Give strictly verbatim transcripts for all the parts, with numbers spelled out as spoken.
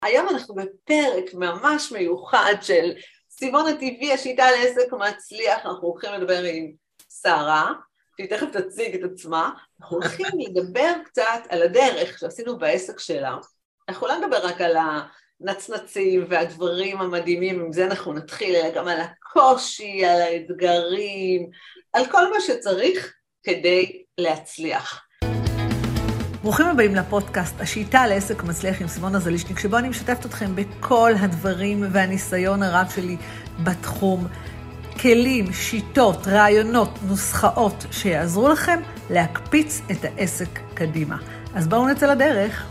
היום אנחנו בפרק ממש מיוחד של סימונה טבעי, השיטה לעסק מצליח. אנחנו הולכים לדבר עם שרה, שהיא תכף תציג את עצמה. אנחנו הולכים לדבר קצת על הדרך שעשינו בעסק שלה. אנחנו לא נדבר רק על הנצנצים והדברים המדהימים, עם זה אנחנו נתחיל, אלא גם על הקושי, על האתגרים, על כל מה שצריך כדי להצליח. ברוכים הבאים לפודקאסט, השיטה לעסק מצליח עם סימונה זלישניק, שבו אני משתפת אתכם בכל הדברים והניסיון הרב שלי בתחום, כלים, שיטות, רעיונות, נוסחאות שיעזרו לכם להקפיץ את העסק קדימה. אז בואו נצא לדרך.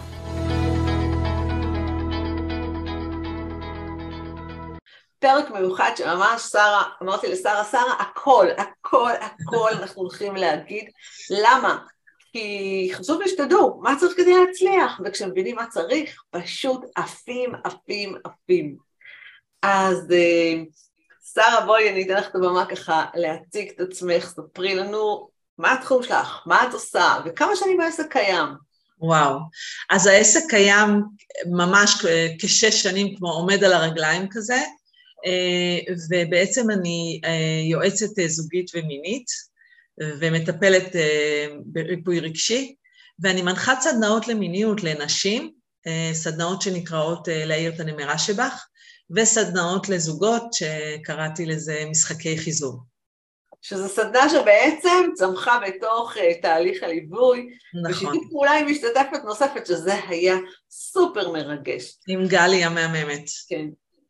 פרק מיוחד שממש שרה, אמרתי לשרה, שרה, הכל, הכל, הכל אנחנו הולכים להגיד. למה? כי חשוב לי שתדעו מה צריך כדי להצליח, וכשמבינים מה צריך, פשוט עפים, עפים, עפים. אז שרה, בואי, אני אתן לך את הבמה ככה להציג את עצמך, ספרי לנו מה התחום שלך, מה את עושה, וכמה שנים העסק קיים. וואו, אז העסק קיים ממש כשש שנים, כמו עומד על הרגליים כזה, ובעצם אני יועצת זוגית ומינית, ומטפלת בריפוי רגשי, ואני מנחת סדנאות למיניות לנשים, סדנאות שנקראות להאיר את הנמרה שבך, וסדנאות לזוגות שקראתי לזה משחקי חיזור. שזו סדנה שבעצם צמחה בתוך תהליך הליווי, נכון. ושיתוף פעולה עם משתתפת נוספת, שזה היה סופר מרגש. עם גלי המהממת. כן.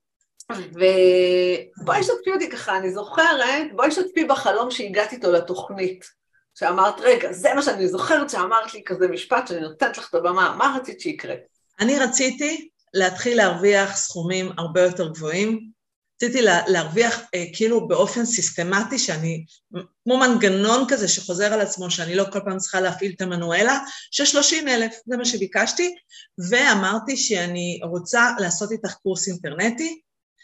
ובואי שתפי אותי ככה, אני זוכרת, בואי שתפי בחלום שהגעתי איתו לתוכנית, שאמרת, רגע, זה מה שאני זוכרת שאמרת לי כזה משפט, שאני נותנת לך את הבמה, מה רצית שיקרה? אני רציתי להתחיל להרוויח סכומים הרבה יותר גבוהים, רציתי להרוויח אה, כאילו באופן סיסטמטי, שאני, כמו מנגנון כזה שחוזר על עצמו, שאני לא כל פעם צריכה להפעיל את המנואלה, של שלושים אלף, זה מה שביקשתי, ואמרתי שאני רוצה לעשות איתך קורס אינטרנטי,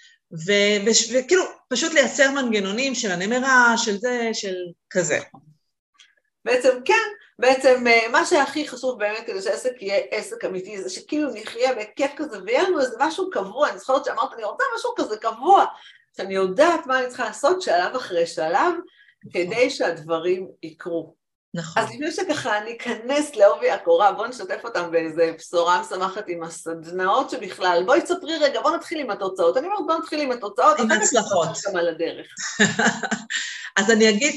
וכאילו פשוט לייצר מנגנונים של הנמרה, של זה, של כזה. בעצם כן, בעצם מה שהכי חשוב באמת כדי שהעסק יהיה עסק אמיתי, זה שכאילו נחיה בכיף כזה, ויהיה לנו איזה משהו קבוע, אני זוכרת שאמרת, אני רוצה משהו כזה קבוע, שאני יודעת מה אני צריכה לעשות שלב אחרי שלב, כדי שהדברים יקרו. נכון. אז לפני שככה אני אכנס לעובי הקורה, בואו נשתף אותם באיזה בשורה משמחת עם הסדנאות שבכלל, בואי תספרי רגע, בואו נתחיל עם התוצאות. אני אומרת, בואו נתחיל עם התוצאות, עם הצלחות. על הדרך. אז אני אגיד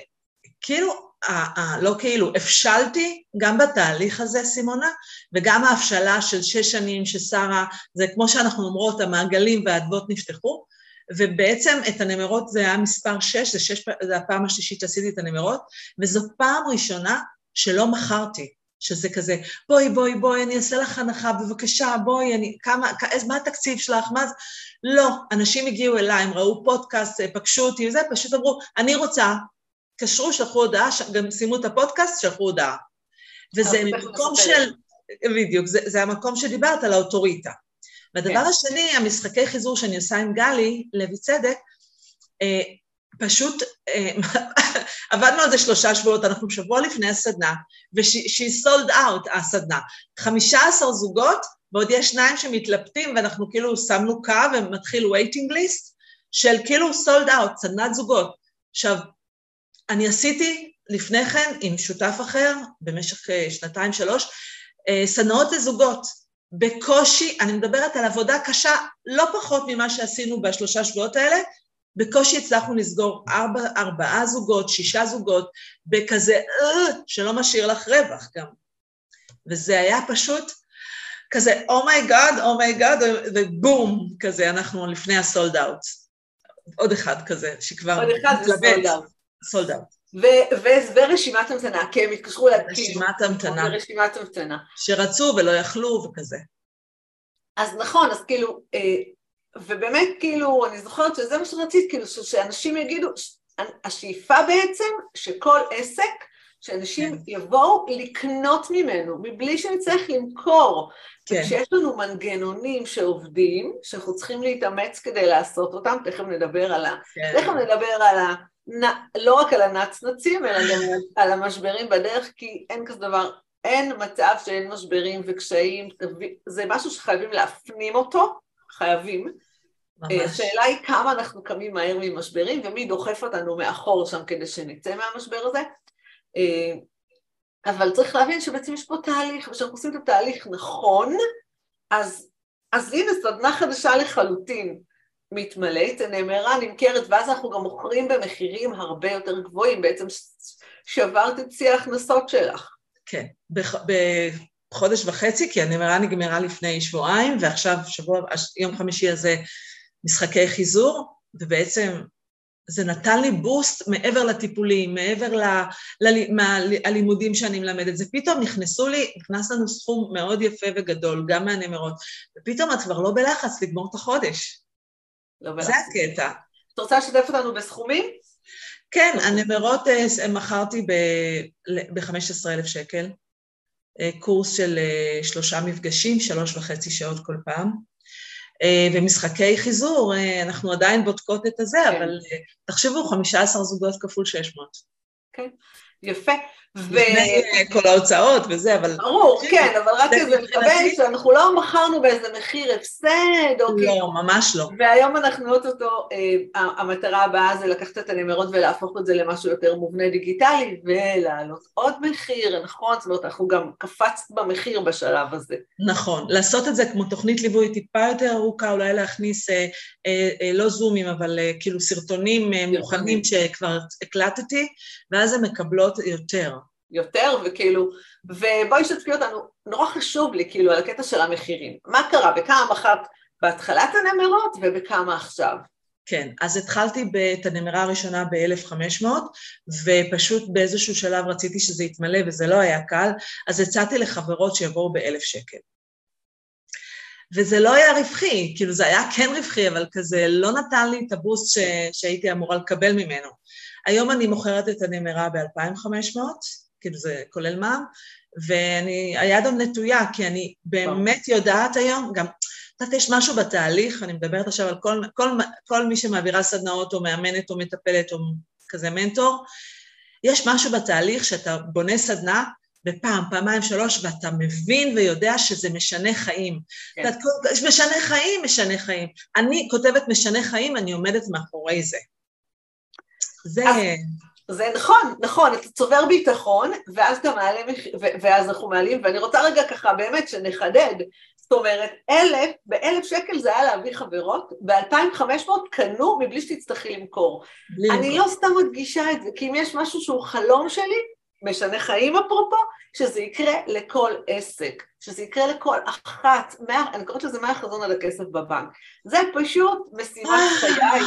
שכאילו, לא כאילו, הפשלתי גם בתהליך הזה, סימונה, וגם ההפשלה של שש שנים ששרה, זה כמו שאנחנו אומרות, המעגלים והאדוות נפתחו, ובעצם את הנמרות זה היה מספר שש, זה, שש, זה הפעם השלישית שעשיתי את הנמרות, וזו פעם ראשונה שלא מכרתי, שזה כזה, בואי, בואי, בואי, אני אעשה לך הנחה, בבקשה, בואי, אני, כמה, מה התקציב שלך, מה זה? לא, אנשים הגיעו אליי, הם ראו פודקאסט, פגשו אותי, וזה, פשוט אמרו, אני רוצה, קשרו, שלחו הודעה, גם שימו את הפודקאסט, שלחו הודעה. וזה מקום של, בדיוק, זה, זה המקום שדיברת על האוטוריטה. והדבר השני, המשחקי חיזור שאני עושה עם גלי, לוי צדק, אה, פשוט אה, עבדנו על זה שלושה שבועות, אנחנו שבוע לפני הסדנה, ושהיא sold out הסדנה, חמישה עשר זוגות, ועוד יש שניים שמתלבטים, ואנחנו כאילו שמנו קו ומתחיל waiting list, של כאילו sold out, סדנת זוגות. עכשיו, אני עשיתי לפני כן עם שותף אחר, במשך אה, שנתיים שלוש, אה, סדנאות לזוגות, בקושי, אני מדברת על עבודה קשה, לא פחות ממה שעשינו בשלושה שבועות האלה, בקושי הצלחנו לסגור ארבע, ארבעה זוגות, שישה זוגות, בכזה, שלא משאיר לך רווח גם. וזה היה פשוט כזה, אומייגאד, אומייגאד, ובום, כזה, אנחנו לפני הסולד אאוט. עוד אחד כזה, שכבר... עוד אחד זה סולד אאוט. סולד אאוט. ורשימת המתנה, כי הם התקשרו להקליט. רשימת המתנה. ורשימת המתנה. שרצו ולא יכלו וכזה. אז נכון, אז כאילו, ובאמת כאילו, אני זוכרת שזה מה שרצית, כאילו שאנשים יגידו, השאיפה בעצם שכל עסק, שאנשים יבואו לקנות ממנו, מבלי שנצטרך למכור. וכשיש לנו מנגנונים שעובדים, שאנחנו צריכים להתאמץ כדי לעשות אותם, תכף נדבר על ה... תכף נדבר על ה... לא רק על הנצנצים, אלא גם על המשברים בדרך, כי אין כזה דבר אין מצב שאין משברים וקשיים, זה משהו שחייבים להפנים אותו, חייבים. ממש. השאלה היא כמה אנחנו קמים מהר ממשברים, ומי דוחף אותנו מאחור שם כדי שנצא מהמשבר הזה. אבל צריך להבין שבעצם יש פה תהליך, ושאנחנו עושים את התהליך נכון, אז, אז הנה סדנה חדשה לחלוטין מתמלאת, הנאמרה נמכרת, ואז אנחנו גם מוכרים במחירים הרבה יותר גבוהים, בעצם שברת את שיא ההכנסות שלך. כן, בחודש וחצי, כי הנאמרה נגמרה לפני שבועיים, ועכשיו שבוע, יום חמישי הזה משחקי חיזור, ובעצם זה נתן לי בוסט מעבר לטיפולים, מעבר ללימודים שאני מלמדת, זה פתאום נכנסו לי, נכנס לנו סכום מאוד יפה וגדול, גם מהנאמרות, ופתאום את כבר לא בלחץ לגמור את החודש. לא בלחץ. זה הקטע. את רוצה לשתף אותנו בסכומים? כן, הנאמרות מכרתי ב-חמישה עשר אלף שקל, קורס של שלושה מפגשים, שלוש וחצי שעות כל פעם, ומשחקי חיזור, אנחנו עדיין בודקות את הזה, כן. אבל תחשבו, חמישה עשר זוגות כפול שש מאות. כן, יפה. לפני ו... כל ההוצאות וזה, אבל... ברור, כן, אבל רק איזה מתכוון שאנחנו לא מכרנו באיזה מחיר הפסד, או לא, ממש לא. והיום אנחנו נראות אותו, אה, המטרה הבאה זה לקחת את הנאמרות ולהפוך את זה למשהו יותר מובנה דיגיטלי, ולהעלות עוד מחיר, נכון? זאת אומרת, אנחנו גם קפצת במחיר בשלב הזה. נכון, לעשות את זה כמו תוכנית ליווי טיפה יותר ארוכה, אולי להכניס אה, אה, אה, לא זומים, אבל אה, כאילו סרטונים אה, מוכנים שכבר הקלטתי, ואז הן מקבלות יותר. יותר, וכאילו, ובואי שתפי אותנו, נורא חשוב לי, כאילו, על הקטע של המחירים. מה קרה? בכמה מחרת בהתחלת הנאמרות, ובכמה עכשיו? כן, אז התחלתי את הנאמרה הראשונה ב-אלף וחמש מאות, ופשוט באיזשהו שלב רציתי שזה יתמלא, וזה לא היה קל, אז הצעתי לחברות שיבואו ב-אלף שקל. וזה לא היה רווחי, כאילו זה היה כן רווחי, אבל כזה לא נתן לי את הבוסט ש... שהייתי אמורה לקבל ממנו. היום אני מוכרת את הנאמרה ב-אלפיים וחמש מאות, כאילו זה כולל מע"מ, ואני, היד עוד נטויה, כי אני באמת יודעת היום, גם, יודעת, יש משהו בתהליך, אני מדברת עכשיו על כל, כל, כל מי שמעבירה סדנאות, או מאמנת, או מטפלת, או כזה מנטור, יש משהו בתהליך שאתה בונה סדנה, בפעם, פעמיים, שלוש, ואתה מבין ויודע שזה משנה חיים. כן. אתה, משנה חיים, משנה חיים. אני כותבת משנה חיים, אני עומדת מאחורי זה. זה... זה נכון, נכון, אתה צובר ביטחון, ואז אתה מעלה, ואז אנחנו מעלים, ואני רוצה רגע ככה באמת שנחדד, זאת אומרת, אלף, באלף שקל זה היה להביא חברות, ב-אלפיים וחמש מאות קנו מבלי שתצטרכי למכור. אני לא סתם מדגישה את זה, כי אם יש משהו שהוא חלום שלי, משנה חיים אפרופו, שזה יקרה לכל עסק, שזה יקרה לכל אחת, אני קוראת לזה מה החזון על הכסף בבנק. זה פשוט משימת חיי.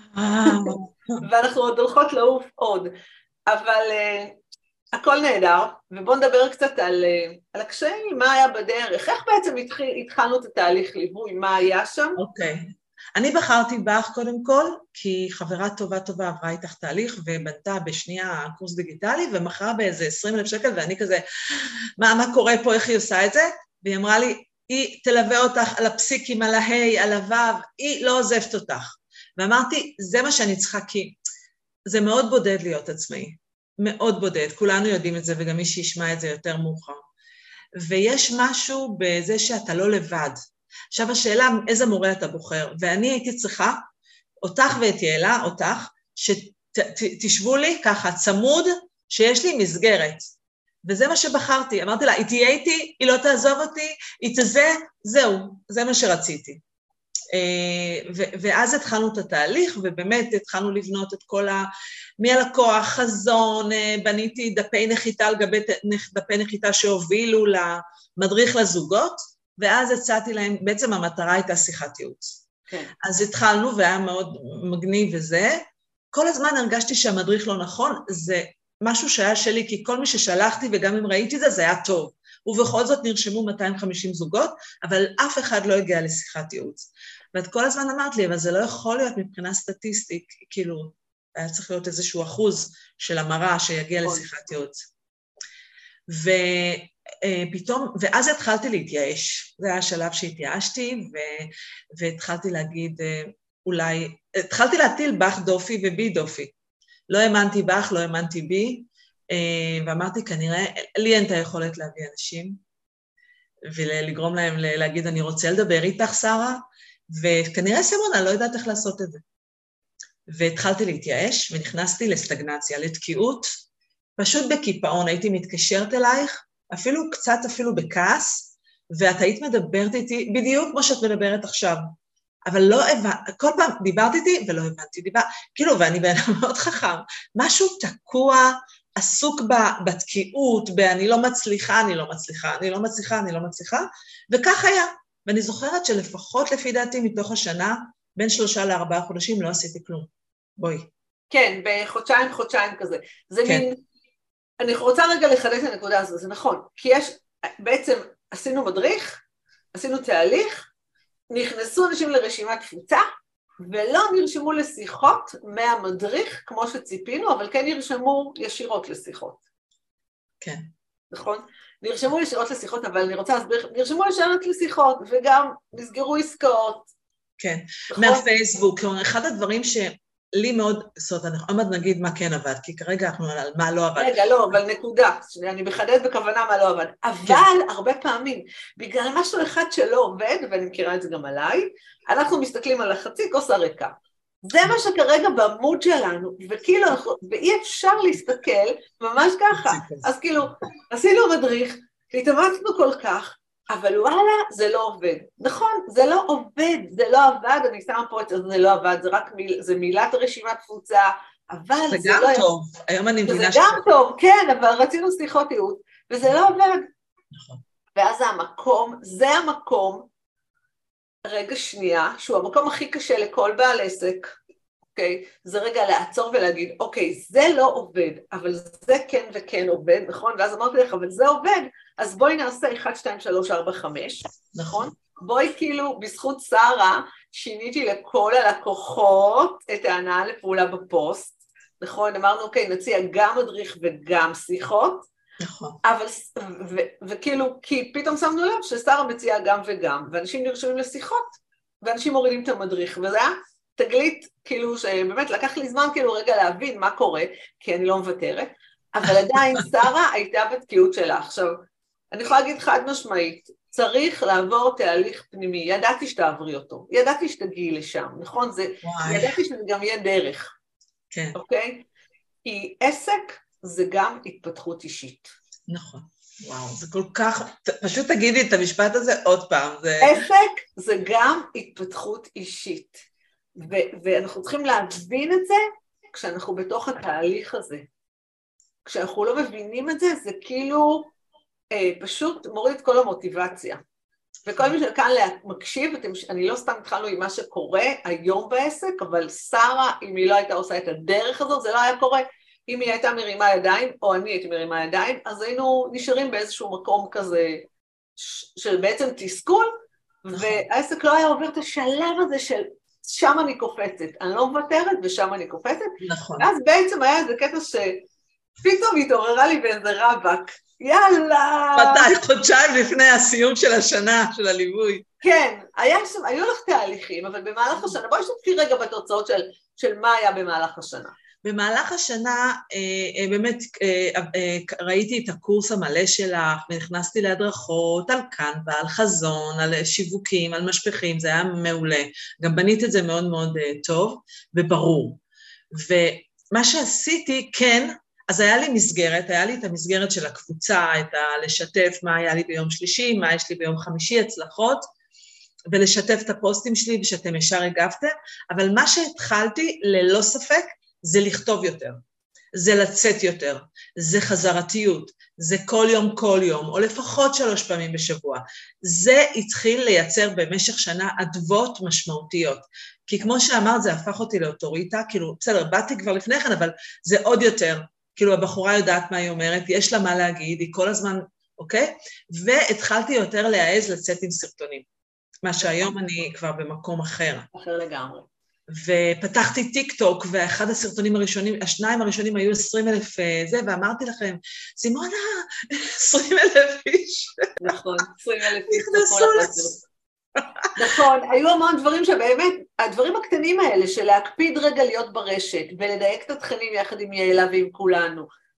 ואנחנו עוד הולכות לעוף עוד, אבל uh, הכל נהדר, ובואו נדבר קצת על, uh, על הקשיים, מה היה בדרך, איך בעצם התחיל, התחלנו את התהליך ליווי, מה היה שם? אוקיי, okay. אני בחרתי בך קודם כל, כי חברה טובה טובה עברה איתך תהליך, ובנתה בשנייה קורס דיגיטלי, ומכרה באיזה עשרים אלף שקל, ואני כזה, מה, מה קורה פה, איך היא עושה את זה? והיא אמרה לי, היא תלווה אותך על הפסיקים, על ההי, על הוו, היא לא עוזבת אותך. ואמרתי, זה מה שאני צריכה, כי זה מאוד בודד להיות עצמאי, מאוד בודד, כולנו יודעים את זה, וגם מי שישמע את זה יותר מאוחר. ויש משהו בזה שאתה לא לבד. עכשיו השאלה, איזה מורה אתה בוחר? ואני הייתי צריכה, אותך ואת יעלה, אותך, שתשבו לי ככה צמוד, שיש לי מסגרת. וזה מה שבחרתי, אמרתי לה, היא תהיה איתי, היא לא תעזוב אותי, היא תזה, זהו, זה מה שרציתי. ואז התחלנו את התהליך, ובאמת התחלנו לבנות את כל ה... מהלקוח, חזון, בניתי דפי נחיתה על גבי דפי נחיתה שהובילו למדריך לזוגות, ואז הצעתי להם, בעצם המטרה הייתה שיחת ייעוץ. כן. אז התחלנו, והיה מאוד מגניב וזה, כל הזמן הרגשתי שהמדריך לא נכון, זה משהו שהיה שלי, כי כל מי ששלחתי, וגם אם ראיתי את זה, זה היה טוב. ובכל זאת נרשמו מאתיים וחמישים זוגות, אבל אף אחד לא הגיע לשיחת ייעוץ. ואת כל הזמן אמרת לי, אבל זה לא יכול להיות מבחינה סטטיסטית, כאילו, היה צריך להיות איזשהו אחוז של המרה שיגיע לשיחת ייעוץ. ופתאום, ואז התחלתי להתייאש, זה היה השלב שהתייאשתי, והתחלתי להגיד, אולי, התחלתי להטיל בך דופי ובי דופי. לא האמנתי בך, לא האמנתי בי, ואמרתי, כנראה, לי אין את היכולת להביא אנשים, ולגרום להם להגיד, אני רוצה לדבר איתך, שרה, וכנראה סימונה לא יודעת איך לעשות את זה. והתחלתי להתייאש, ונכנסתי לסטגנציה, לתקיעות, פשוט בקיפאון, הייתי מתקשרת אלייך, אפילו קצת אפילו בכעס, ואת היית מדברת איתי, בדיוק כמו שאת מדברת עכשיו, אבל לא הבנתי, כל פעם דיברת איתי ולא הבנתי, דיבר, כאילו, ואני בעיניי מאוד חכם, משהו תקוע, עסוק בתקיעות, באני לא מצליחה, אני לא מצליחה, אני לא מצליחה, אני לא מצליחה, וכך היה. ואני זוכרת שלפחות לפי דעתי מתוך השנה, בין שלושה לארבעה חודשים לא עשיתי כלום. בואי. כן, בחודשיים, חודשיים כזה. זה כן. מין, אני רוצה רגע לחדש את הנקודה הזו, זה נכון, כי יש, בעצם עשינו מדריך, עשינו תהליך, נכנסו אנשים לרשימת תפוצה, ולא נרשמו לשיחות מהמדריך, כמו שציפינו, אבל כן נרשמו ישירות לשיחות. כן. נכון? נרשמו ישירות לשיחות, אבל אני רוצה להסביר, נרשמו ישירות לשיחות, וגם נסגרו עסקאות. כן, נכון? מהפייסבוק, כלומר, אחד הדברים שלי מאוד, זאת אומרת, אני עומד נגיד מה כן עבד, כי כרגע אנחנו על מה לא עבד. רגע, לא, אבל נקודה, אני מחדד בכוונה מה לא עבד, אבל כן. הרבה פעמים, בגלל משהו אחד שלא עובד, ואני מכירה את זה גם עליי, אנחנו מסתכלים על החצי כוס הריקה. זה מה שכרגע בעמוד שלנו, וכאילו, ואי אפשר להסתכל ממש ככה. אז כאילו, עשינו מדריך, התאמצנו כל כך, אבל וואלה, זה לא עובד. נכון, זה לא עובד, זה לא עבד, אני שמה פה את זה, זה לא עבד, זה רק מיל, זה מילת רשימת תפוצה, אבל זה, זה גם לא... טוב, היום אני מבינה ש... זה גם טוב, כן, אבל רצינו שיחות ייעוץ, וזה לא עובד. נכון. ואז זה המקום, זה המקום, רגע שנייה, שהוא המקום הכי קשה לכל בעל עסק, אוקיי? זה רגע לעצור ולהגיד, אוקיי, זה לא עובד, אבל זה כן וכן עובד, נכון? ואז אמרתי לך, אבל זה עובד, אז בואי נעשה אחת, שתיים, שלוש, ארבע, חמש, נכון? בואי כאילו, בזכות שרה, שיניתי לכל הלקוחות את ההנאה לפעולה בפוסט, נכון? אמרנו, אוקיי, נציע גם מדריך וגם שיחות, נכון. אבל, ו, ו, וכאילו, כי פתאום שמנו לב ששרה מציעה גם וגם, ואנשים נרשמים לשיחות, ואנשים מורידים את המדריך, וזה היה תגלית, כאילו, שבאמת לקח לי זמן, כאילו, רגע להבין מה קורה, כי אני לא מוותרת, אבל עדיין שרה הייתה בתקיעות שלה. עכשיו, אני יכולה להגיד חד משמעית, צריך לעבור תהליך פנימי, ידעתי שתעברי אותו, ידעתי שתגיעי לשם, נכון? זה, ידעתי שזה גם יהיה דרך. כן. אוקיי? כי עסק זה גם התפתחות אישית. נכון. וואו, זה כל כך, פשוט תגידי את המשפט הזה עוד פעם. זה... עסק זה גם התפתחות אישית. ו- ואנחנו צריכים להבין את זה כשאנחנו בתוך התהליך הזה. כשאנחנו לא מבינים את זה, זה כאילו אה, פשוט מוריד את כל המוטיבציה. וכל מי שכאן מקשיב, אתם, אני לא סתם התחלנו עם מה שקורה היום בעסק, אבל שרה, אם היא לא הייתה עושה את הדרך הזאת, זה לא היה קורה. אם היא הייתה מרימה ידיים, או אני הייתי מרימה ידיים, אז היינו נשארים באיזשהו מקום כזה, של בעצם תסכול, והעסק לא היה עובר את השלב הזה של, שם אני קופצת, אני לא מוותרת, ושם אני קופצת, נכון. ואז בעצם היה איזה קטע שפתאום התעוררה לי באיזה רבק, יאללה! מתי? חודשיים לפני הסיום של השנה, של הליווי. כן, היה שם, היו לך תהליכים, אבל במהלך השנה, בואי שתתחיל רגע בתוצאות של, של מה היה במהלך השנה. במהלך השנה באמת ראיתי את הקורס המלא שלך, ונכנסתי להדרכות על קנבה, על חזון, על שיווקים, על משפחים, זה היה מעולה. גם בנית את זה מאוד מאוד טוב וברור. ומה שעשיתי, כן, אז היה לי מסגרת, היה לי את המסגרת של הקבוצה, את לשתף מה היה לי ביום שלישי, מה יש לי ביום חמישי, הצלחות, ולשתף את הפוסטים שלי ושאתם ישר הגבתם, אבל מה שהתחלתי ללא ספק, זה לכתוב יותר, זה לצאת יותר, זה חזרתיות, זה כל יום כל יום, או לפחות שלוש פעמים בשבוע. זה התחיל לייצר במשך שנה עדבות משמעותיות, כי כמו שאמרת, זה הפך אותי לאוטוריטה, כאילו, בסדר, באתי כבר לפני כן, אבל זה עוד יותר, כאילו הבחורה יודעת מה היא אומרת, יש לה מה להגיד, היא כל הזמן, אוקיי? והתחלתי יותר להעז לצאת עם סרטונים, מה שהיום אני כבר במקום אחר. אחר לגמרי. ופתחתי טיק טוק, ואחד הסרטונים הראשונים, השניים הראשונים היו עשרים אלף זה, ואמרתי לכם, סימונה, עשרים אלף איש. נכון, עשרים אלף איש. נכנסו לזה. נכון, היו המון דברים שבאמת, הדברים הקטנים האלה, של להקפיד רגע להיות ברשת, ולדייק את התכנים יחד עם יעלה ועם כולנו,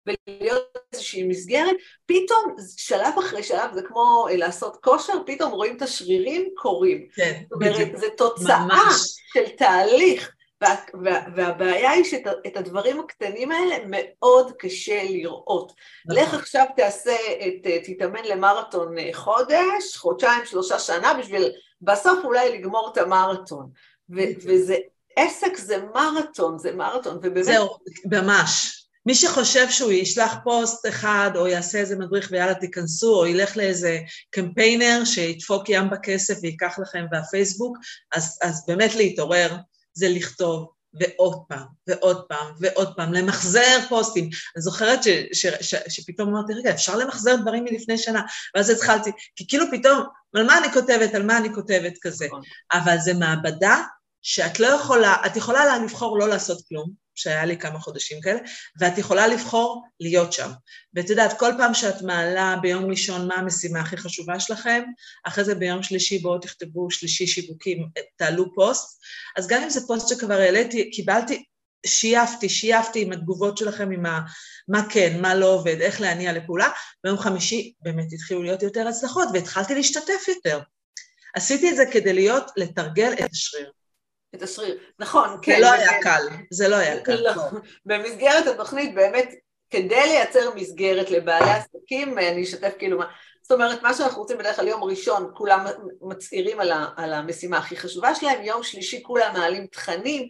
ולהיות איזושהי מסגרת, פתאום שלב אחרי שלב, זה כמו לעשות כושר, פתאום רואים את השרירים קורים. כן, זאת אומרת, בדיוק. זה תוצאה ממש. של תהליך, וה, וה, והבעיה היא שאת הדברים הקטנים האלה מאוד קשה לראות. נכון. לך עכשיו תעשה, את, תתאמן למרתון חודש, חודשיים, שלושה שנה, בשביל בסוף אולי לגמור את המרתון. ו- וזה עסק, זה מרתון, זה מרתון, ובאמת... זהו, ממש. מי שחושב שהוא ישלח פוסט אחד, או יעשה איזה מדריך ויאללה תיכנסו, או ילך לאיזה קמפיינר שידפוק ים בכסף ויקח לכם והפייסבוק, אז, אז באמת להתעורר, זה לכתוב, ועוד פעם, ועוד פעם, ועוד פעם, למחזר פוסטים. אני זוכרת ש, ש, ש, שפתאום אמרתי, רגע, אפשר למחזר דברים מלפני שנה, ואז התחלתי, כי כאילו פתאום, על מה אני כותבת, על מה אני כותבת כזה. אבל זה מעבדה שאת לא יכולה, את יכולה לה לבחור לא לעשות כלום, שהיה לי כמה חודשים כאלה, ואת יכולה לבחור להיות שם. ואת יודעת, כל פעם שאת מעלה ביום ראשון מה המשימה הכי חשובה שלכם, אחרי זה ביום שלישי בואו תכתבו שלישי שיווקים, תעלו פוסט, אז גם אם זה פוסט שכבר העליתי, קיבלתי, שייפתי, שייפתי עם התגובות שלכם, עם ה, מה כן, מה לא עובד, איך להניע לפעולה, ביום חמישי באמת התחילו להיות יותר הצלחות, והתחלתי להשתתף יותר. עשיתי את זה כדי להיות, לתרגל את השריר. את השריר, נכון, כן. זה לא היה קל, זה לא היה קל. במסגרת התוכנית, באמת, כדי לייצר מסגרת לבעלי עסקים, אני אשתף כאילו מה, זאת אומרת, מה שאנחנו רוצים בדרך כלל יום ראשון, כולם מצעירים על המשימה הכי חשובה שלהם, יום שלישי כולם מעלים תכנים,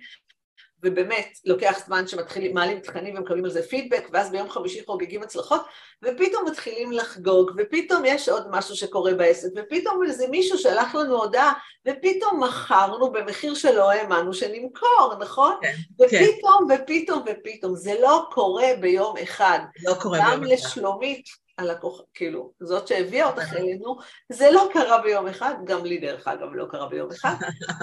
ובאמת לוקח זמן שמתחילים, מעלים תכנים ומקבלים על זה פידבק, ואז ביום חמישי חוגגים הצלחות, ופתאום מתחילים לחגוג, ופתאום יש עוד משהו שקורה בעסק, ופתאום איזה מישהו שלח לנו הודעה, ופתאום מכרנו במחיר שלא האמנו שנמכור, נכון? כן, ופתאום, כן. ופתאום, ופתאום, זה לא קורה ביום אחד. לא קורה ביום אחד. גם לשלומית, הלקוח, כאילו, זאת שהביאה אותך אלינו, זה לא קרה ביום אחד, גם לי דרך אגב לא קרה ביום אחד,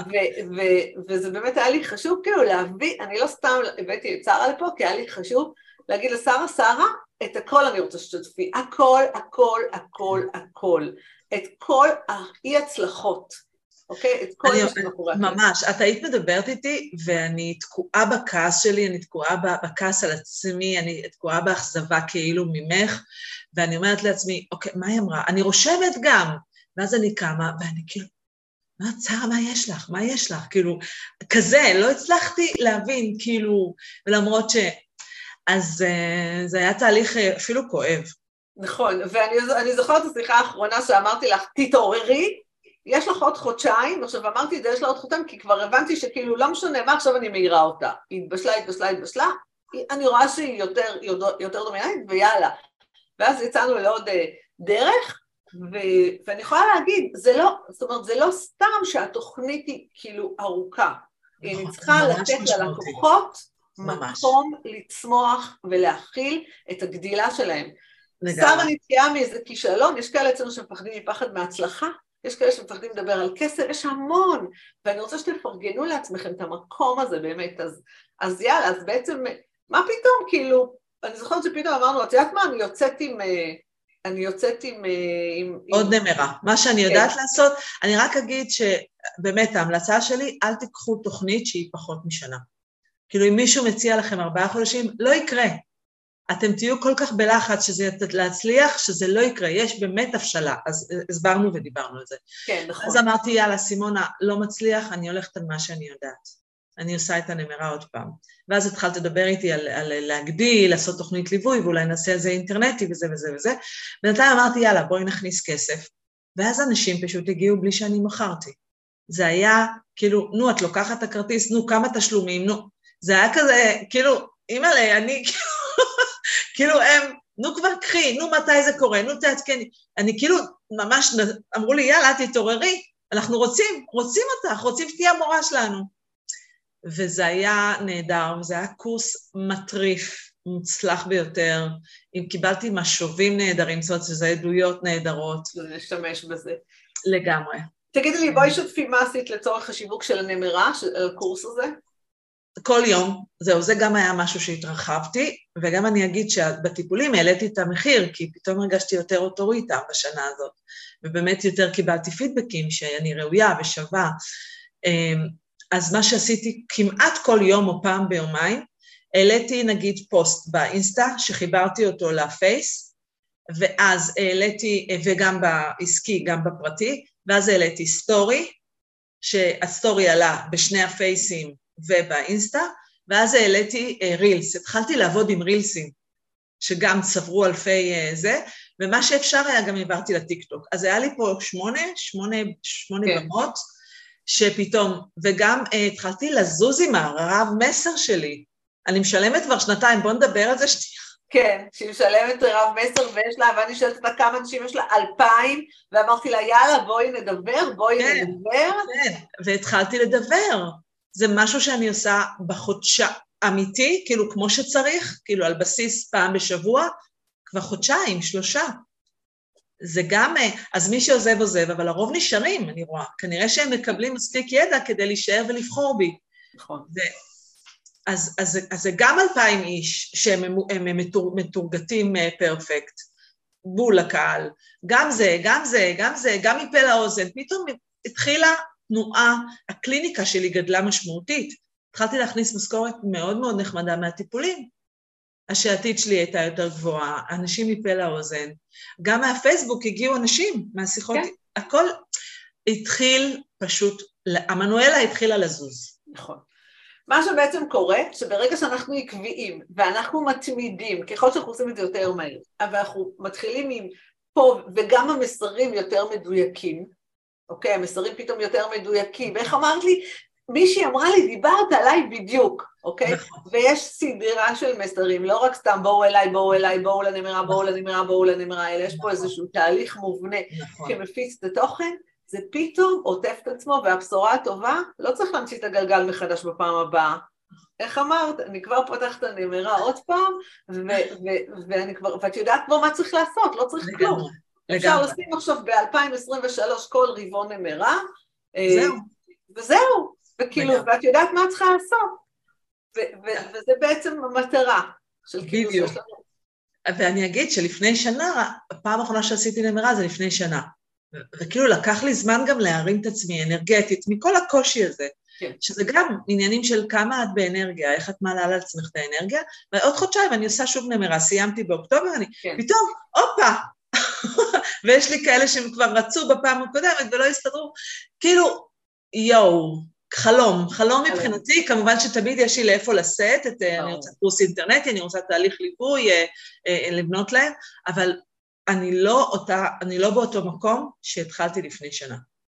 ו- ו- וזה באמת היה לי חשוב כאילו להביא, אני לא סתם הבאתי את שרה לפה, כי היה לי חשוב להגיד לשרה, שרה, את הכל אני רוצה שתדפי, הכל, הכל, הכל, הכל, את כל האי הצלחות, אוקיי? את כל מה שאתה קורא. ממש, את היית מדברת איתי, ואני תקועה בכעס שלי, אני תקועה בכעס על עצמי, אני תקועה באכזבה כאילו ממך, ואני אומרת לעצמי, אוקיי, מה היא אמרה? אני רושמת גם, ואז אני קמה, ואני כאילו, מה צער, מה יש לך? מה יש לך? כאילו, כזה, לא הצלחתי להבין, כאילו, ולמרות ש... אז uh, זה היה תהליך אפילו כואב. נכון, ואני זוכרת את השיחה האחרונה שאמרתי לך, תתעוררי, יש לך עוד חודשיים, עכשיו אמרתי את זה, יש לה עוד חודשיים, כי כבר הבנתי שכאילו לא משנה מה, עכשיו אני מהירה אותה. היא התבשלה, התבשלה, התבשלה, אני רואה שהיא יותר, יותר דומיננית, ויאללה. ואז יצאנו לעוד דרך, ו- ואני יכולה להגיד, זה לא, זאת אומרת, זה לא סתם שהתוכנית היא כאילו ארוכה. היא צריכה לתת ללקוחות מקום לצמוח ולהכיל את הגדילה שלהם. שרה נתקעה מאיזה כישלון, יש כאלה אצלנו שמפחדים מפחד מההצלחה, יש כאלה שמפחדים לדבר על כסף, יש המון, ואני רוצה שתפרגנו לעצמכם את המקום הזה באמת, אז, אז יאללה, אז בעצם, מה פתאום, כאילו, אני זוכרת שפתאום אמרנו, את יודעת מה, אני יוצאת עם, אני יוצאת עם... עם עוד עם... נמרה, מה שאני יודעת כן. לעשות, אני רק אגיד שבאמת ההמלצה שלי, אל תיקחו תוכנית שהיא פחות משנה. כאילו אם מישהו מציע לכם ארבעה חודשים, לא יקרה. אתם תהיו כל כך בלחץ שזה להצליח, שזה לא יקרה, יש באמת הבשלה, אז הסברנו ודיברנו על זה. כן, נכון. אז אמרתי, יאללה, סימונה, לא מצליח, אני הולכת על מה שאני יודעת. אני עושה את הנמרה עוד פעם. ואז התחלת לדבר איתי על, על להגדיל, לעשות תוכנית ליווי, ואולי נעשה איזה אינטרנטי וזה וזה וזה. בינתיים אמרתי, יאללה, בואי נכניס כסף. ואז אנשים פשוט הגיעו בלי שאני מכרתי. זה היה, כאילו, נו, את לוקחת את הכרטיס, נו, כמה תשלומים, נו. זה היה כזה, כאילו, אימא'לה, אני כאילו, כאילו הם, נו כבר קחי, נו מתי זה קורה, נו תעדכני, אני כאילו ממש אמרו לי, יאללה, תתעוררי, אנחנו רוצים, רוצים אותך, רוצים שתהיה המורה שלנו. וזה היה נהדר, זה היה קורס מטריף, מוצלח ביותר, אם קיבלתי משובים נהדרים, זאת אומרת, שזה עדויות נהדרות. נשתמש בזה. לגמרי. תגידי לי, בואי שתפי מה עשית לצורך השיווק של הנמרה, של הקורס הזה? כל יום, זהו, זה גם היה משהו שהתרחבתי, וגם אני אגיד שבטיפולים העליתי את המחיר, כי פתאום הרגשתי יותר אוטוריטה בשנה הזאת, ובאמת יותר קיבלתי פידבקים שאני ראויה ושווה. אז מה שעשיתי כמעט כל יום או פעם ביומיים, העליתי נגיד פוסט באינסטה, שחיברתי אותו לפייס, ואז העליתי, וגם בעסקי, גם בפרטי, ואז העליתי סטורי, שהסטורי עלה בשני הפייסים ובאינסטה, ואז העליתי רילס, התחלתי לעבוד עם רילסים, שגם צברו אלפי זה, ומה שאפשר היה גם העברתי לטיקטוק. אז היה לי פה שמונה, שמונה, שמונה כן. במות, שפתאום, וגם uh, התחלתי לזוז עם הרב מסר שלי. אני משלמת כבר שנתיים, בוא נדבר על זה שנייה. כן, שהיא משלמת רב מסר ויש לה, ואני שואלת אותה כמה אנשים יש לה, אלפיים, ואמרתי לה, יאללה, בואי נדבר, בואי כן, נדבר. כן, והתחלתי לדבר. זה משהו שאני עושה בחודשה אמיתי, כאילו כמו שצריך, כאילו על בסיס פעם בשבוע, כבר חודשיים, שלושה. זה גם, אז מי שעוזב עוזב, אבל הרוב נשארים, אני רואה. כנראה שהם מקבלים מספיק ידע כדי להישאר ולבחור בי. נכון. זה, אז, אז, אז זה גם אלפיים איש שהם הם מתור, מתורגתים פרפקט, בול הקהל. גם זה, גם זה, גם זה, גם מפה לאוזן. פתאום התחילה תנועה, הקליניקה שלי גדלה משמעותית. התחלתי להכניס משכורת מאוד מאוד נחמדה מהטיפולים. השעתית שלי הייתה יותר גבוהה, אנשים מפה לאוזן, גם מהפייסבוק הגיעו אנשים, מהשיחות, כן. הכל התחיל פשוט, המנואלה התחילה לזוז. נכון. מה שבעצם קורה, שברגע שאנחנו עקביים, ואנחנו מתמידים, ככל שאנחנו עושים את זה יותר מהר, אבל אנחנו מתחילים עם פה, וגם המסרים יותר מדויקים, אוקיי, המסרים פתאום יותר מדויקים, ואיך אמרת לי, מישהי אמרה לי, דיברת עליי בדיוק, אוקיי? נכון. ויש סדרה של מסרים, לא רק סתם בואו אליי, בואו אליי, בואו לנמרה, בואו לנמרה, בואו לנמרה, אלא יש פה איזשהו תהליך מובנה שמפיץ את התוכן, זה פתאום עוטף את עצמו, והבשורה הטובה, לא צריך להמציא את הגלגל מחדש בפעם הבאה. איך אמרת? אני כבר פותחת הנמרה עוד פעם, ואני כבר, ואת יודעת כבר מה צריך לעשות, לא צריך כלום. אפשר לשים עכשיו ב-אלפיים עשרים ושלוש כל רבעון נמרה, זהו. וזהו. וכאילו, ואת יודעת מה את צריכה לעשות, וזה בעצם המטרה של כאילו שיש לנו. ואני אגיד שלפני שנה, הפעם האחרונה שעשיתי נמרה זה לפני שנה, וכאילו לקח לי זמן גם להרים את עצמי אנרגטית, מכל הקושי הזה, שזה גם עניינים של כמה את באנרגיה, איך את מעלה על עצמך את האנרגיה, ועוד חודשיים אני עושה שוב נמרה, סיימתי באוקטובר, אני פתאום, הופה, ויש לי כאלה שהם כבר רצו בפעם הקודמת ולא הסתדרו, כאילו, יואו, חלום, חלום מבחינתי, כמובן שתמיד יש לי לאיפה לשאת, אני רוצה קורס אינטרנטי, אני רוצה תהליך ליווי, לבנות להם, אבל אני לא אותה, אני לא באותו מקום שהתחלתי לפני שנה.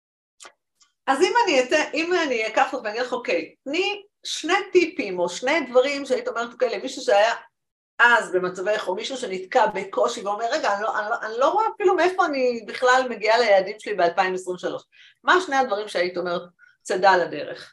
אז אם אני אתן, אם אני אקח לך ואני אלך, אוקיי, תני שני טיפים או שני דברים שהיית אומרת, אוקיי, למישהו שהיה אז במצבך, או מישהו שנתקע בקושי ואומר, רגע, אני לא, אני לא, אני לא רואה אפילו מאיפה אני בכלל מגיעה ליעדים שלי ב-אלפיים עשרים ושלוש. מה שני הדברים שהיית אומרת, צדה לדרך?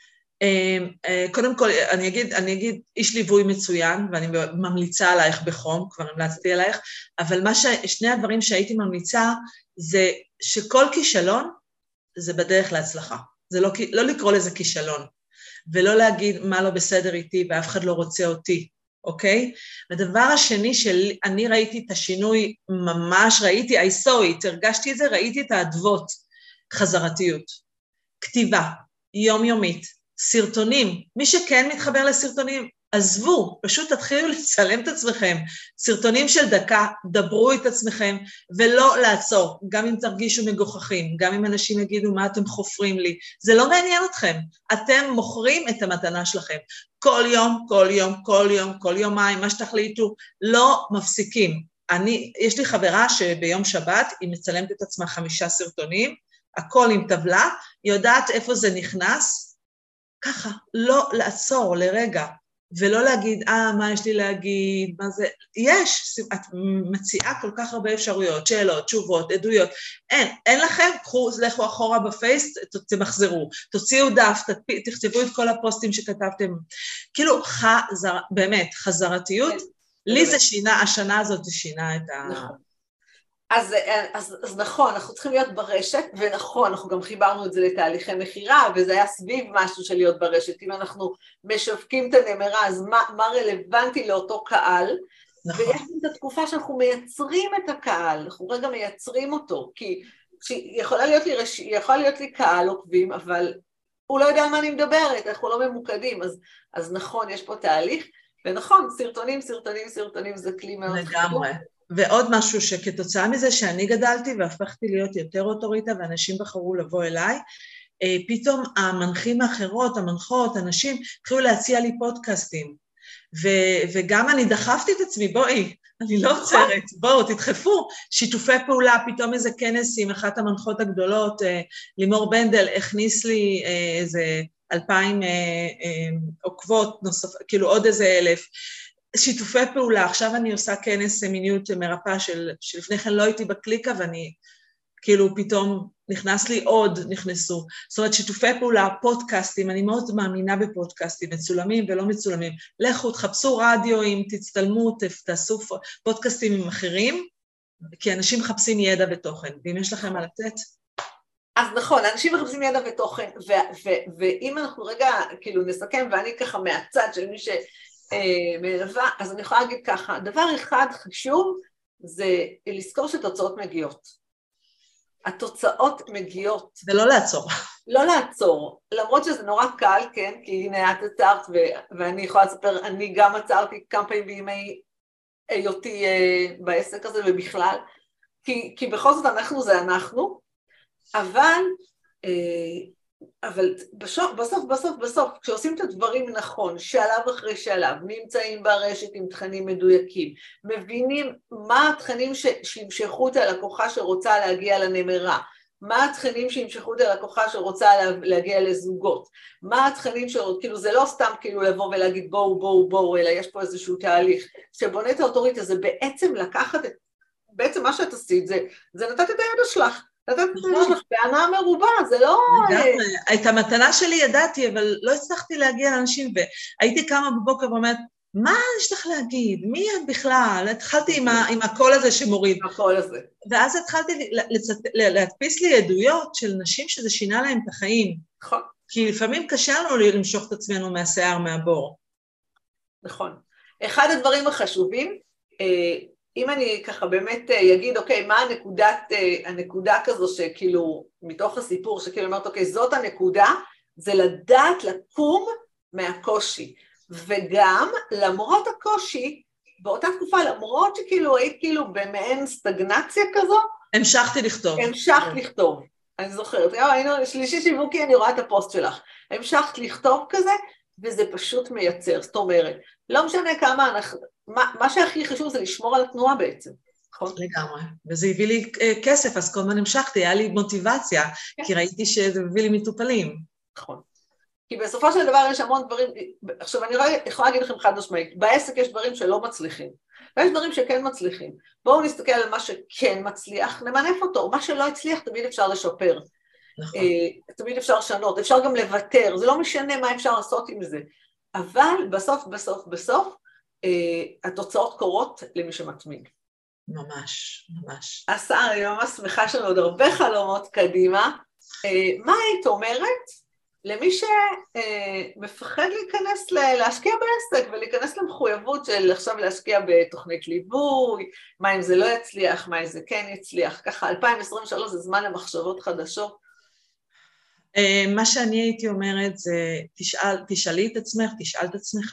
קודם כל, אני אגיד, אני אגיד, איש ליווי מצוין, ואני ממליצה עלייך בחום, כבר המלצתי עלייך, אבל מה ש... שני הדברים שהייתי ממליצה, זה שכל כישלון, זה בדרך להצלחה. זה לא, לא לקרוא לזה כישלון, ולא להגיד מה לא בסדר איתי, ואף אחד לא רוצה אותי, אוקיי? הדבר השני שאני ראיתי את השינוי, ממש ראיתי, I saw it, הרגשתי את זה, ראיתי את האדוות, חזרתיות. כתיבה, יומיומית, סרטונים, מי שכן מתחבר לסרטונים, עזבו, פשוט תתחילו לצלם את עצמכם, סרטונים של דקה, דברו את עצמכם, ולא לעצור, גם אם תרגישו מגוחכים, גם אם אנשים יגידו מה אתם חופרים לי, זה לא מעניין אתכם, אתם מוכרים את המתנה שלכם, כל יום, כל יום, כל יום, כל יומיים, מה שתחליטו, לא מפסיקים. אני, יש לי חברה שביום שבת, היא מצלמת את עצמה חמישה סרטונים, הכל עם טבלה, היא יודעת איפה זה נכנס, ככה, לא לעצור לרגע, ולא להגיד, אה, מה יש לי להגיד, מה זה, יש, את מציעה כל כך הרבה אפשרויות, שאלות, תשובות, עדויות, אין, אין לכם, קחו, לכו אחורה בפייס, תמחזרו, תוציאו דף, תכתבו את כל הפוסטים שכתבתם, כאילו, חזר, באמת, חזרתיות, לי זה שינה, השנה הזאת זה שינה את ה... אז, אז, אז נכון, אנחנו צריכים להיות ברשת, ונכון, אנחנו גם חיברנו את זה לתהליכי מחירה, וזה היה סביב משהו של להיות ברשת, אם אנחנו משווקים את הנמרה, אז מה, מה רלוונטי לאותו קהל, נכון. ויש את התקופה שאנחנו מייצרים את הקהל, אנחנו רגע מייצרים אותו, כי יכולה להיות לי, רש... יכולה להיות לי קהל עוקבים, אבל הוא לא יודע על מה אני מדברת, אנחנו לא ממוקדים, אז, אז נכון, יש פה תהליך, ונכון, סרטונים, סרטונים, סרטונים, זה כלי מאוד חשוב. לגמרי. ועוד משהו שכתוצאה מזה שאני גדלתי והפכתי להיות יותר אוטוריטה, ואנשים בחרו לבוא אליי, פתאום המנחים האחרות, המנחות, אנשים, התחילו להציע לי פודקאסטים. ו- וגם אני דחפתי את עצמי, בואי, אני לא עוצרת, בואו, תדחפו, שיתופי פעולה, פתאום איזה כנס עם אחת המנחות הגדולות, לימור בנדל, הכניס לי איזה אלפיים עוקבות נוסף, כאילו עוד איזה אלף, שיתופי פעולה, עכשיו אני עושה כנס מיניות מרפאה, של, שלפני כן לא הייתי בקליקה, ואני כאילו פתאום נכנס לי עוד, נכנסו. זאת אומרת, שיתופי פעולה, פודקאסטים, אני מאוד מאמינה בפודקאסטים, מצולמים ולא מצולמים. לכו, תחפשו רדיואים, תצטלמו, תעשו פודקאסטים עם אחרים, כי אנשים מחפשים ידע ותוכן, ואם יש לכם מה לתת. אז נכון, אנשים מחפשים ידע ותוכן, ואם אנחנו רגע כאילו נסכם, ואני ככה מהצד של מי שמלווה, אז אני יכולה להגיד ככה, דבר אחד חשוב, זה לזכור שתוצאות מגיעות. התוצאות מגיעות. ולא לעצור. לא לעצור, למרות שזה נורא קל, כן, כי הנה את עצרת, ו- ואני יכולה לספר, אני גם עצרתי כמה פעמים בימי היותי אה, בעסק הזה ובכלל, כי, כי בכל זאת אנחנו זה אנחנו, אבל, אה, אבל בסוף, בסוף, בסוף, בסוף, כשעושים את הדברים נכון, שלב אחרי שלב, נמצאים ברשת עם תכנים מדויקים, מבינים מה התכנים ש, שימשכו את הלקוחה שרוצה להגיע לנמרה, מה התכנים שימשכו את הלקוחה שרוצה להגיע לזוגות, מה התכנים שרוצה, כאילו זה לא סתם כאילו לבוא ולהגיד בואו, בואו, בואו, אלא יש פה איזשהו תהליך, שבונה את האוטוריטה, זה בעצם לקחת את, בעצם מה שאת עשית, זה, זה נתת את הידע שלך, נתת את הידע שלך בהנאה מרובה, זה לא... את המתנה שלי ידעתי, אבל לא הצלחתי להגיע לאנשים, והייתי קמה בבוקר ואומרת, מה יש לך להגיד? מי את בכלל? התחלתי עם, ה, עם הקול הזה שמוריד. הקול הזה. ואז התחלתי לצט... להדפיס לי עדויות של נשים שזה שינה להם את החיים. נכון. כי לפעמים קשה לנו למשוך את עצמנו מהשיער, מהבור. נכון. אחד הדברים החשובים, אם אני ככה באמת אגיד, אוקיי, מה הנקודת, הנקודה כזו שכאילו, מתוך הסיפור, שכאילו אומרת, אוקיי, זאת הנקודה, זה לדעת לקום מהקושי. וגם, למרות הקושי, באותה תקופה, למרות שכאילו היית כאילו במעין סטגנציה כזו, המשכתי לכתוב. המשכת לכתוב. אני זוכרת, היינו, שלישי שיווקי, אני רואה את הפוסט שלך. המשכת לכתוב כזה, וזה פשוט מייצר. זאת אומרת, לא משנה כמה אנחנו, מה, מה שהכי חשוב זה לשמור על התנועה בעצם. נכון? לגמרי. וזה הביא לי כסף, אז כל הזמן המשכתי, היה לי מוטיבציה, כן. כי ראיתי שזה הביא לי מטופלים. נכון. כי בסופו של דבר יש המון דברים, עכשיו אני יכולה להגיד לכם חד משמעית, בעסק יש דברים שלא מצליחים, ויש דברים שכן מצליחים. בואו נסתכל על מה שכן מצליח, נמנף אותו, מה שלא הצליח תמיד אפשר לשפר. נכון. תמיד אפשר לשנות, אפשר גם לוותר, זה לא משנה מה אפשר לעשות עם זה, אבל בסוף, בסוף, בסוף, התוצאות קורות למי שמתמיד. ממש, ממש. אז אני ממש שמחה שלנו עוד הרבה חלומות קדימה. מה היית אומרת? למי שמפחד להיכנס, להשקיע בעסק ולהיכנס למחויבות של עכשיו להשקיע בתוכנית ליווי, מה אם זה לא יצליח, מה אם זה כן יצליח, ככה אלפיים עשרים ושלוש זה זמן למחשבות חדשות. מה שאני הייתי אומרת זה, תשאל, תשאלי את עצמך, תשאל את עצמך,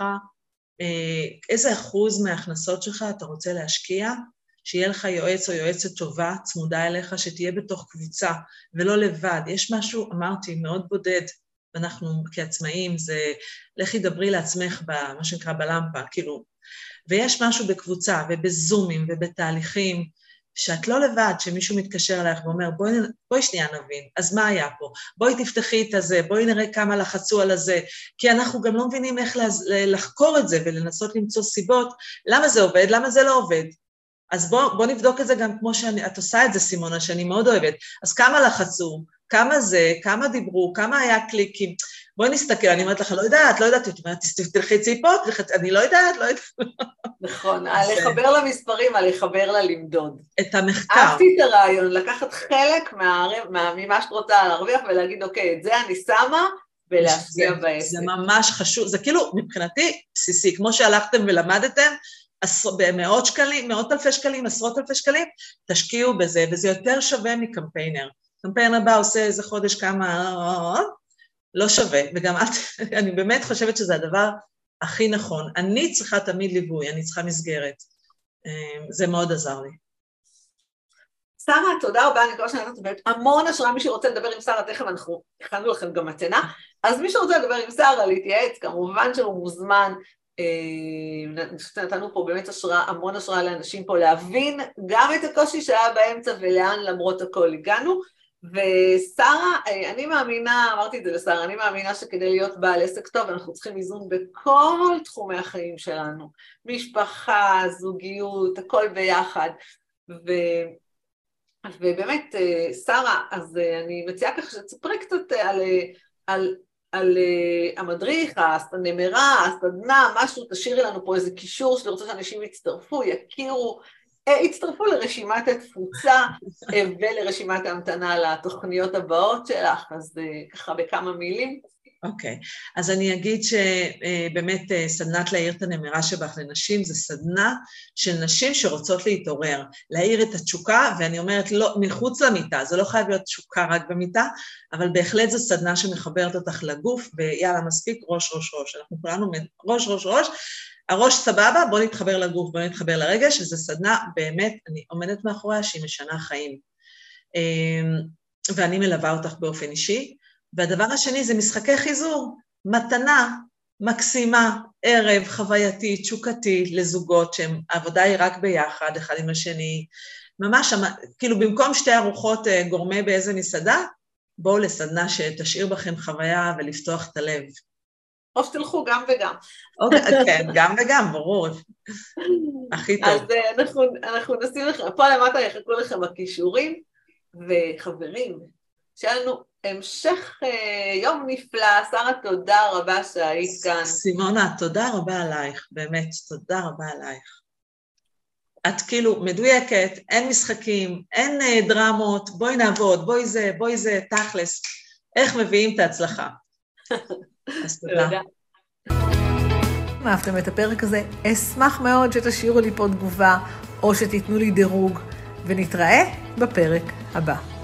איזה אחוז מההכנסות שלך אתה רוצה להשקיע, שיהיה לך יועץ או יועצת טובה, צמודה אליך, שתהיה בתוך קבוצה ולא לבד. יש משהו, אמרתי, מאוד בודד, ואנחנו כעצמאים, זה לכי דברי לעצמך במה שנקרא בלמפה, כאילו, ויש משהו בקבוצה ובזומים ובתהליכים, שאת לא לבד, שמישהו מתקשר אליך ואומר, בואי, בואי שנייה נבין, אז מה היה פה? בואי תפתחי את הזה, בואי נראה כמה לחצו על הזה, כי אנחנו גם לא מבינים איך לחקור את זה ולנסות למצוא סיבות, למה זה עובד, למה זה לא עובד. אז בוא, בוא נבדוק את זה גם כמו שאת עושה את זה, סימונה, שאני מאוד אוהבת. אז כמה לחצו, כמה זה, כמה דיברו, כמה היה קליקים. בואי נסתכל, אני אומרת לך, לא יודעת, לא יודעת, את אומרת, תלכי ציפות, אני לא יודעת, לא יודעת. נכון, לחבר למספרים, לחבר ללמדוד. את המחקר. אהבתי את הרעיון, לקחת חלק ממה שאת רוצה להרוויח ולהגיד, אוקיי, את זה אני שמה, ולהשקיע בעסק. זה ממש חשוב, זה כאילו, מבחינתי, בסיסי, כמו שהלכתם ולמדתם, במאות שקלים, מאות אלפי שקלים, עשרות אלפי שקלים, תשקיעו בזה, וזה יותר שווה מקמפיינר. קמפיינר בא, עושה איזה חודש כמה, לא שווה, וגם את, אני באמת חושבת שזה הדבר הכי נכון. אני צריכה תמיד ליווי, אני צריכה מסגרת. זה מאוד עזר לי. שרה, תודה רבה, אני כבר שנתת באמת המון השראה, מי שרוצה לדבר עם שרה, תכף אנחנו הכנו לכם גם מתנה, אז מי שרוצה לדבר עם שרה, להתייעץ, כמובן שהוא מוזמן, נתנו פה באמת השראה, המון השראה לאנשים פה, להבין גם את הקושי שהיה באמצע ולאן למרות הכל הגענו, ושרה, אני מאמינה, אמרתי את זה לשרה, אני מאמינה שכדי להיות בעל עסק טוב, אנחנו צריכים איזון בכל תחומי החיים שלנו, משפחה, זוגיות, הכל ביחד, ו... ובאמת, שרה, אז אני מציעה ככה שתספרי קצת על, על, על המדריך, הנמרה, הסדנה, משהו, תשאירי לנו פה איזה קישור שאני רוצה שאנשים יצטרפו, יכירו, יצטרפו לרשימת התפוצה ולרשימת ההמתנה לתוכניות הבאות שלך, אז ככה בכמה מילים. אוקיי, okay. אז אני אגיד שבאמת סדנת להאיר את הנמרה שבך לנשים, זה סדנה של נשים שרוצות להתעורר, להאיר את התשוקה, ואני אומרת לא, מחוץ למיטה, זה לא חייב להיות תשוקה רק במיטה, אבל בהחלט זו סדנה שמחברת אותך לגוף, ויאללה מספיק ראש ראש ראש, אנחנו כולנו ראש ראש ראש, הראש סבבה, בוא נתחבר לגוף, בוא נתחבר לרגש, וזו סדנה באמת, אני עומדת מאחוריה שהיא משנה חיים, ואני מלווה אותך באופן אישי, והדבר השני זה משחקי חיזור, מתנה מקסימה, ערב, חווייתי, תשוקתי, לזוגות שהם, העבודה היא רק ביחד, אחד עם השני, ממש, כאילו במקום שתי ארוחות גורמה באיזה מסעדה, בואו לסדנה שתשאיר בכם חוויה ולפתוח את הלב. או שתלכו גם וגם. כן, גם וגם, ברור. הכי טוב. אז אנחנו, אנחנו נשים לכם, פה למטה יחכו לכם הכישורים, וחברים, שיהיה לנו המשך יום נפלא. שרה, תודה רבה שהיית כאן. סימונה, תודה רבה עלייך, באמת, תודה רבה עלייך. את כאילו מדויקת, אין משחקים, אין דרמות, בואי נעבוד, בואי זה, בואי זה, תכלס. איך מביאים את ההצלחה? אז תודה. אם אהבתם את הפרק הזה, אשמח מאוד שתשאירו לי פה תגובה, או שתיתנו לי דירוג, ונתראה בפרק הבא.